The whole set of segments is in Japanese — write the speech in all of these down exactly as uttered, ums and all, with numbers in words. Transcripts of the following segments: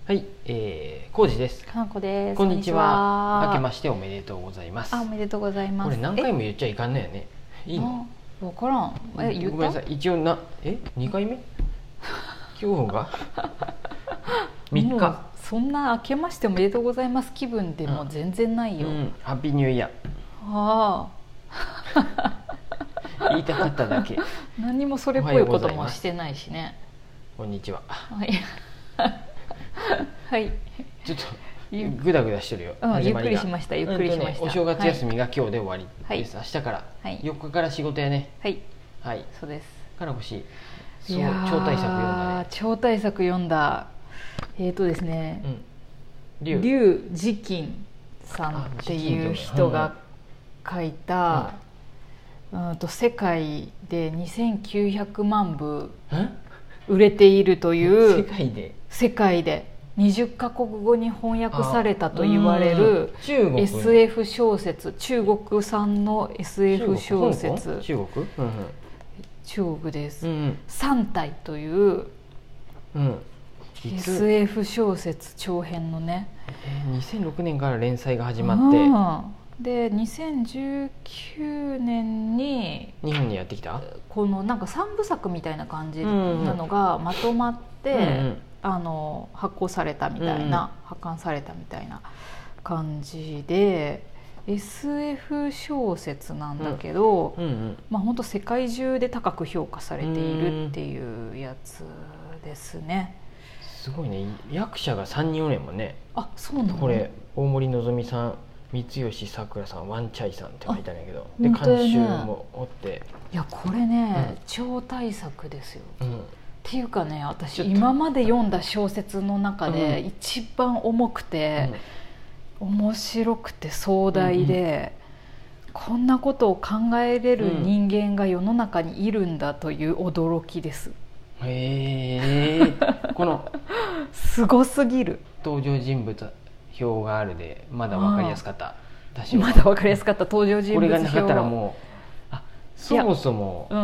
はい、えー、浩二です。 かなこです。 こんにちは。明けましておめでとうございます。 あ、おめでとうございます。 これ何回も言っちゃいかんのよね。いいの？ わからん。え、言った？ ごめんなさい。一応な、え、にかいめ？今日がみっか。 そんな明けましておめでとうございます気分でも全然ないよ。 うん、ハッピーニューイヤー。 ああ。言いたかっただけ。 何もそれっぽいこともしてないしね。 こんにちは。 はい。はい。 ちょっとグダグダしてるよ。 うん、ゆっくりしました。ゆっくりしました。 お正月休みが今日で終わりです。 はい、 明日から、 はい、 よっかから仕事やね。 はい。 はい。 そうです。 から欲しい。そう、超大作読んだね。 超大作読んだ。えーとですね。 うん、劉慈欣さんっていう人が書いた、うんと世界でにせんきゅうひゃくまんぶ売れているという世界で世界でにじゅっかこくごに翻訳されたと言われる エスエフ 小説、中国産の エスエフ 小説、 中国、うんうん、 中国です、 うんうん、 さんたいという、 うん、 エスエフ 小説長編のね、 えー、にせんろくねんから連載が始まって、 うん、でにせんじゅうきゅうねんに日本にやってきたこのなんかさんぶさくみたいな感じなのがまとまって、うんうん、あの発行されたみたいな、うんうん、発刊されたみたいな感じで エスエフ 小説なんだけど、うんうんうん、まあ本当世界中で高く評価されているっていうやつですね。 すごいね、役者がさんにんおれんもんね。 あ、そうなの？ これ大森のぞみさん、三吉さくらさん、ワンチャイさんって書いてあるんやけど、で監修もおって、 いやこれね、うん、超大作ですよ、 うん、 っていうかね、私今まで読んだ小説の中で一番重くて、うん、面白くて壮大で、うん、こんなことを考えれる人間が世の中にいるんだという驚きです。 へーこのすごすぎる。 登場人物表があるでまだ分かりやすかった。 私はまだ分かりやすかった登場人物表。 これがなかったらもうあそもそも、うん、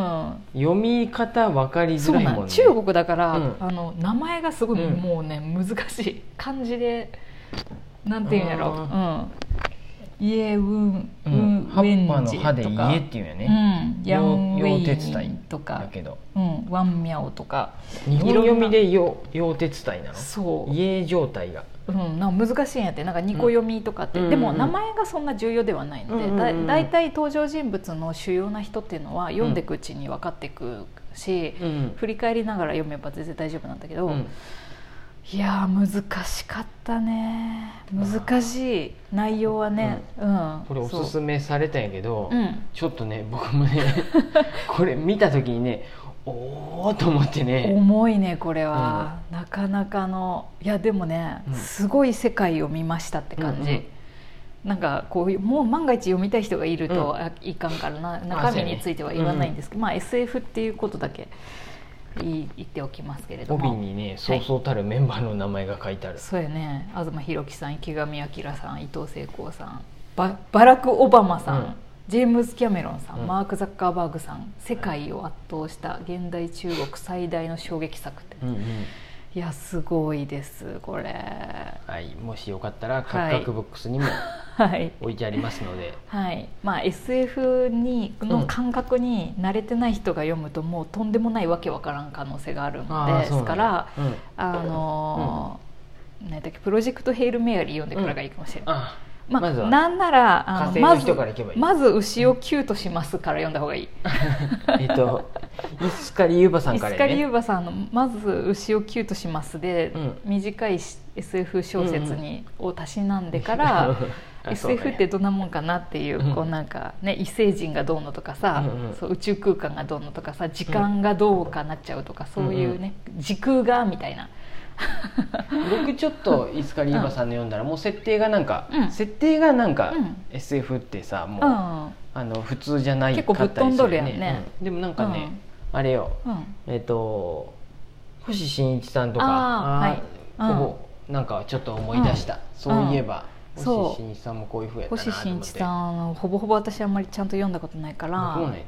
読み方分かりづらいもんね。 中国だから、うん、あの名前がすごい、うん、もうね難しい漢字でなんていうんやろう、うん、イエウン、うん、 葉っぱの葉で家っていうんやね、 うん、ヤンウェインとかだけど、 うん、ワンミャオとか日本読みで陽鉄体なの。 そう家状態が、 うん、なんか難しいんやって、なんかにこ読みとかって、うん、でも名前がそんな重要ではないので、うん、だ, だいたい登場人物の主要な人っていうのは読んでいくうちに分かっていくし、うん、振り返りながら読めば全然大丈夫なんだけど、うん、いや難しかったね。難しい内容はね、うんうん、 これおすすめされたんやけど、うん、ちょっとね僕もねこれ見た時にねおーと思ってね、 重いねこれは、うん、なかなかの、いやでもね、うん、すごい世界を見ましたって感じ、うんうん、なんかこうもう万が一読みたい人がいると、うん、いかんからな、中身については言わないんですけど、まあ、エスエフ っていうことだけ言っておきますけれども、 帯にねそうそうたるメンバーの名前が書いてある、はい、 そうやね、東博樹さん、池上彰さん、伊藤聖子さん、 バ, バラク・オバマさん、うん、ジェームズ・キャメロンさん、うん、マーク・ザッカーバーグさん、世界を圧倒した現代中国最大の衝撃作って、うんうん、いやすごいですこれ、 はい、もしよかったらカクカクボックスにも置いてありますので、 はいはい、まあ、エスエフ にの感覚に慣れてない人が読むともうとんでもないわけわからん可能性があるので、ですから、うん、あのーうん、何だっけ、プロジェクトヘイルメアリー読んでからがいいかもしれない、うん、まあ、まずはなんならあのまずまず牛をキューとしますから読んだ方がいいえっとイスカリユーバさんからね、 イスカリユーバさんのまず牛をキューとしますで、うん、短い エスエフ 小説に、うんうん、をたしなんでからエスエフ ってどんなもんかなっていう、うん、こうなんかね、異星人がどうのとかさ、うんうん、そう宇宙空間がどうのとかさ、時間がどうかなっちゃうとか、そういうね、うんうん、時空がみたいな僕ちょっとイスカリユーバさんの読んだら、もう設定がなんか、うん、設定がなんか、うん、エスエフ ってさもう、うん、あの普通じゃないかったりするよね。結構ぶっ飛んどるやんね、うん、でもなんかね、うん、あれよ、うん、えっと星新一さんとか、ああ、はい、ほぼなんかちょっと思い出した、そういえば、星新一さんもこういう風やったなと思って。 星新一さんほぼほぼ私あんまりちゃんと読んだことないから、 そうなんやて、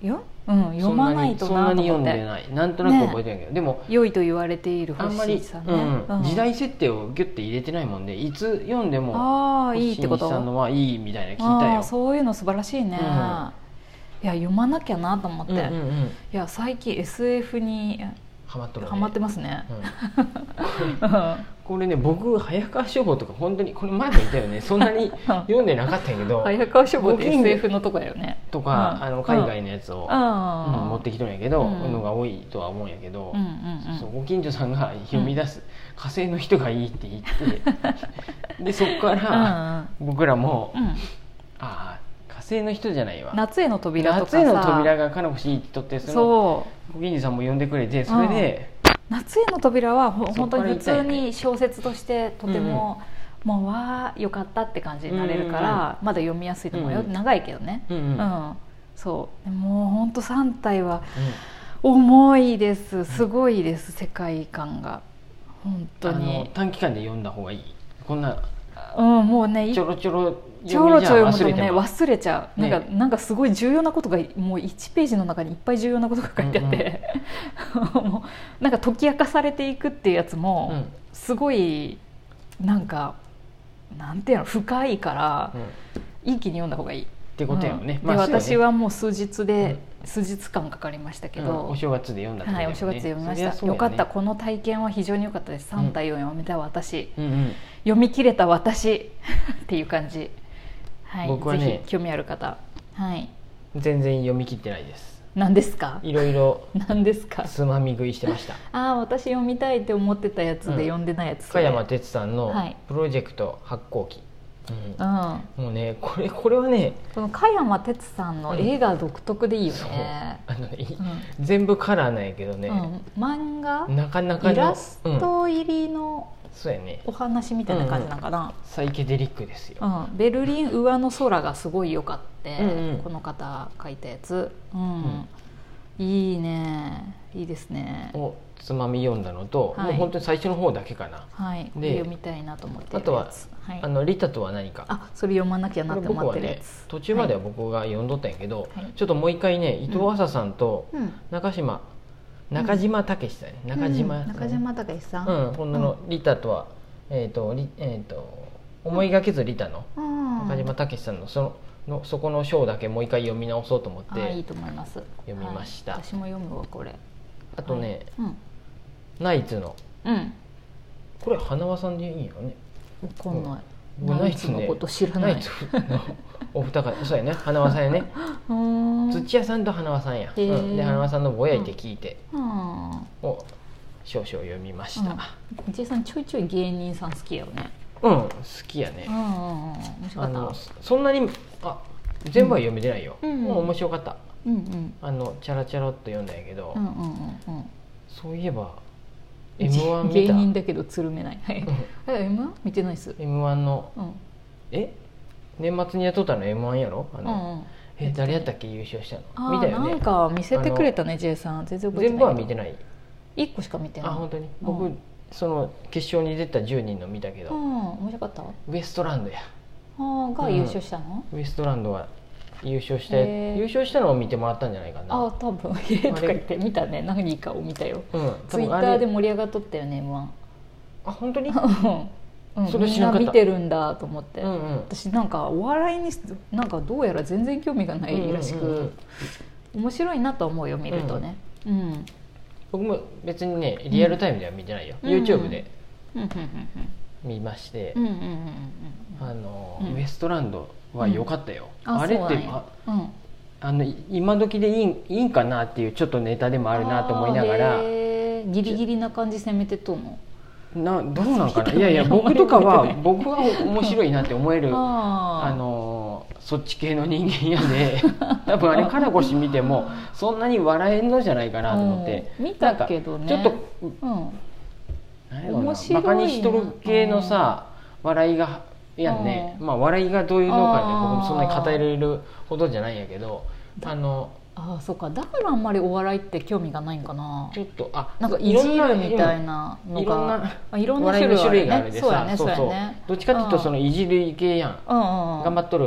よ、うん、読まないとなと思って。 そんなに読んでない、なんとなく覚えてるけど、ね、でも良いと言われている星新さんね、あんまり、うんうん、時代設定をギュッて入れてないもんで、いつ読んでも星新さんのはいいみたいな聞いたよ。 あ、そういうの素晴らしいね、うん、いや読まなきゃなと思って、うんうんうん、いや最近 エスエフ にハマっとるね、 ハマってますね、 うん、これこれね、僕早川書房とか本当にこれ前も言ったよね、そんなに読んでなかったんやけど早川書房って エスエフ のとこやよねとか、うん、あの海外のやつを、うんうん、持ってきとるんやけど、うん、のが多いとは思うんやけど、うんうんうん、そうご近所さんが読み出す、うん、火星の人がいいって言ってでそこから僕らも、うんうん、ああ火星の人じゃないわ、 夏への扉とかさ、 夏への扉が金星いいって言って、そのご近所さんも呼んでくれて、それで、 うん、夏への扉は本当に普通に小説としてとても、うんうん、もうわーよかったって感じになれるから、うんうん、まだ読みやすいと思うよ、うんうん、長いけどね、うんうんうん、そうもう本当さん体は重いです、すごいです、世界観が本当に。 あの短期間で読んだ方がいい、こんな、 うん、もうねちょろちょろちょろちょろ読むとね忘れちゃう、ね、なんかなんかすごい重要なことがもういちページの中にいっぱい重要なことが書いてあって、うんうん、もうなんか解き明かされていくっていうやつも、うん、すごいなんかなんていうの深いから、うん、いい気に読んだ方がいいってことやよね、 うんまあ、で私はもう数日で、うん、数日間かかりましたけど、うん、 お正月で読んだってことだよね。 はい、お正月で読みました、ね、よかった、この体験は非常に良かったです。さん体を読めた私、うんうんうん、読み切れた私っていう感じ、はい、僕はねぜひ興味ある方、はい、 全然読み切ってないです。 何ですか？ いろいろ何ですか？ つまみ食いしてました。 ああ、私読みたいって思ってたやつで読んでないやつ、うん、 加山哲さんのプロジェクト発行記、うんうん、もうねこれこれはね、 この加山哲さんの絵が独特でいいよね、 うん、あのね、うん、全部カラーなんやけどね、うん、 漫画なかなかのイラスト入りの、 そうやね、 お話みたいな感じなんかな、うんうん、 サイケデリックですよ、 うん、ベルリン上の空がすごい良かった、うんうん、この方書いたやつ、うんうん、いいね、いいですねをつまみ読んだのと、はい、もう本当に最初の方だけかな、 はい、で読みたいなと思ってるやつ、 あとは、はい、あのリタとは何か、 あ、それ読まなきゃなって思ってるやつ、ね、 途中までは僕が読んどったんやけど、はい、ちょっともう一回ね、伊藤麻さんと中島、うん、中島武さん、ね、中島、 うん、中島武さん、 うん、このリタとは、えーとえー、と思いがけずリタの中島武さんのそののそこの章だけもう一回読み直そうと思って、 あ、いいと思います、 読みました、 はい、私も読むわこれ。 あとね、はい、うん、ナイツの、うん、これ花輪さんでいいんよね、 分かんない、うん、ナイツのこと知らない、ナイツのお二方、そうやね、花輪さんやね土屋さんと花輪さんや、うん、で花輪さんのぼやいて聞いて、うん、を少々読みました。 土屋さんちょいちょい芸人さん好きやよね。 うん、好きやね。あのそんなにあ全部は読めてないよ、うん、もう面白かった、うんうん、あのチャラチャラっと読んだんやけど、うんうんうんうん、そういえば エムワン 見た、 芸人だけどつるめないえ エムワン 見てないっす。 エムワン の、うん、え年末にやっとったの エムワン やろ、あの、うんうん、え誰やったっけ優勝したの見たよね。 なんか見せてくれたね J さん、全然覚えてない。 全部は見てない、 いっこしか見てない。 あ、本当に、僕、うん、その決勝に出たじゅうにんの見たけど、 うん、面白かった。 ウエストランドやあが優勝したの、 うん、ウエストランドは優勝して優勝したのを見てもらったんじゃないかな。 あ、多分「えー」とか言って見たね、何かを見たよ、うん、ツイッターで盛り上がっとったよね エムワン。 あ、本当にうん、それ知らなかった。みんな見てるんだと思って、うんうん、私なんかお笑いになんかどうやら全然興味がないらしく、うんうんうん、面白いなと思うよ見るとね、うんうん、 僕も別にねリアルタイムでは見てないよ、うん、YouTube で見まして、うんうんうんうん、あの、うん、ウエストランドは良かったよ、うん、あ, あれってあ、うん、あの今時でいい、いいんかなっていうちょっとネタでもあるなと思いながら、 ギリギリな感じ攻めてとんのな、どうなんかな。いやいや僕とかは僕は面白いなって思えるああのそっち系の人間やで多分あれ金越見てもそんなに笑えんのじゃないかなと思って、 うん、見たけどね、 ちょっと、うん、面白いバカにしとる系のさ、うん、笑いがやんね、まあ笑いがどういうのかね僕もそんなに語れるほどじゃないんやけど、あのああ、そうか、だからあんまりお笑いって興味がないんかな。 ちょっとあなんかいじるみたいなのがいろんな種類があるね。 そうやね、そうやね。どっちかっていうとそのいじる系やん、うんうん、頑張っとる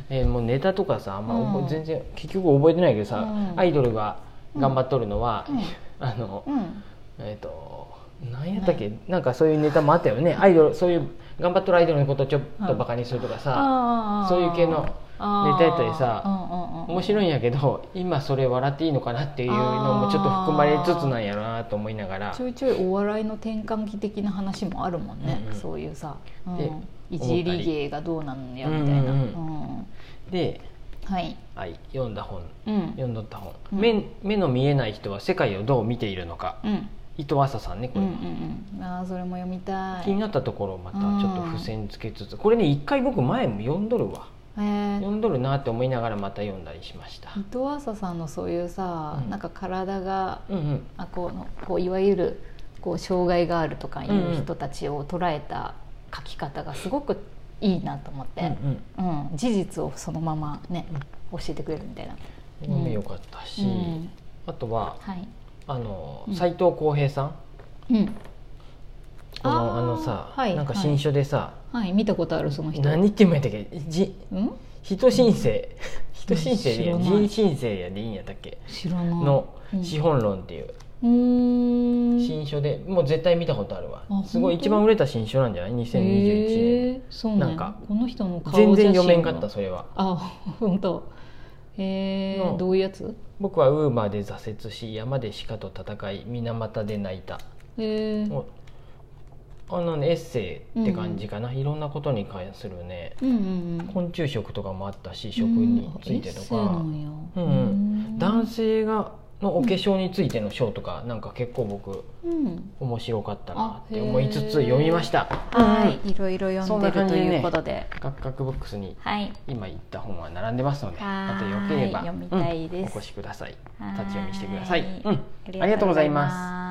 えー、もうネタとかさ、まあうん、全然結局覚えてないけどさ、うん、アイドルが頑張っとるのは、うん、あの、うん、えっ、ー、と何やったっけ、なんかそういうネタもあったよね。アイドル、そういう頑張っとるアイドルのことをちょっとバカにするとかさ、そういう系のネタやったりさ、面白いんやけど、今それ笑っていいのかなっていうのもちょっと含まれつつなんやろなと思いながら、 ちょいちょいお笑いの転換期的な話もあるもんね、うんうん、そういうさ、うん、でいじり芸がどうなんやみたいな、うんうんうん、 で、はいはい、読んだ本、うん、読んどった本、うん、目, 目の見えない人は世界をどう見ているのか、うん、伊藤浅さんね、これは、うんうんうん、 あそれも読みたい。 気になったところをまたちょっと付箋つけつつ、これね一回僕前も読んどるわ、えー、読んどるなって思いながらまた読んだりしました。 伊藤浅さんのそういうさ、うん、なんか体が、うんうん、あこうのこういわゆるこう障害があるとかいう人たちを捉えた書き方がすごくいいなと思って、うんうんうん、事実をそのままね、うん、教えてくれるみたいな、 うん、よかったし、うん、あとは、はい、あの斉藤浩平さん、うん、この あ, あのさ、はい、なんか新書でさ、 はいはい、見たことあるその人。 何言ってもやったっけ、じ人申請人申請で人申請やでいいんやったっけの資本論っていう、うん、新書でもう絶対見たことあるわ。すごい一番売れた新書なんじゃないにせんにじゅういちねん。 そうなんかこの人の顔全然読めんかった。それはあ本当。へえ、どういうやつ？ 僕はウーバーで挫折し山で鹿と戦い水俣で泣いた。へえ、あのね、エッセイって感じかな、うん、いろんなことに関するね、うんうんうん、昆虫食とかもあったし食についてとか、うんうん、男性がのお化粧についての章とかなんか結構僕、うん、面白かったなって思いつつ読みました。 はい、いろいろ読んでるということで、 カクカクボックスに今言った本は並んでますので、またよければ、 読みたいです、 うん、お越しください。立ち読みしてください。うん、ありがとうございます。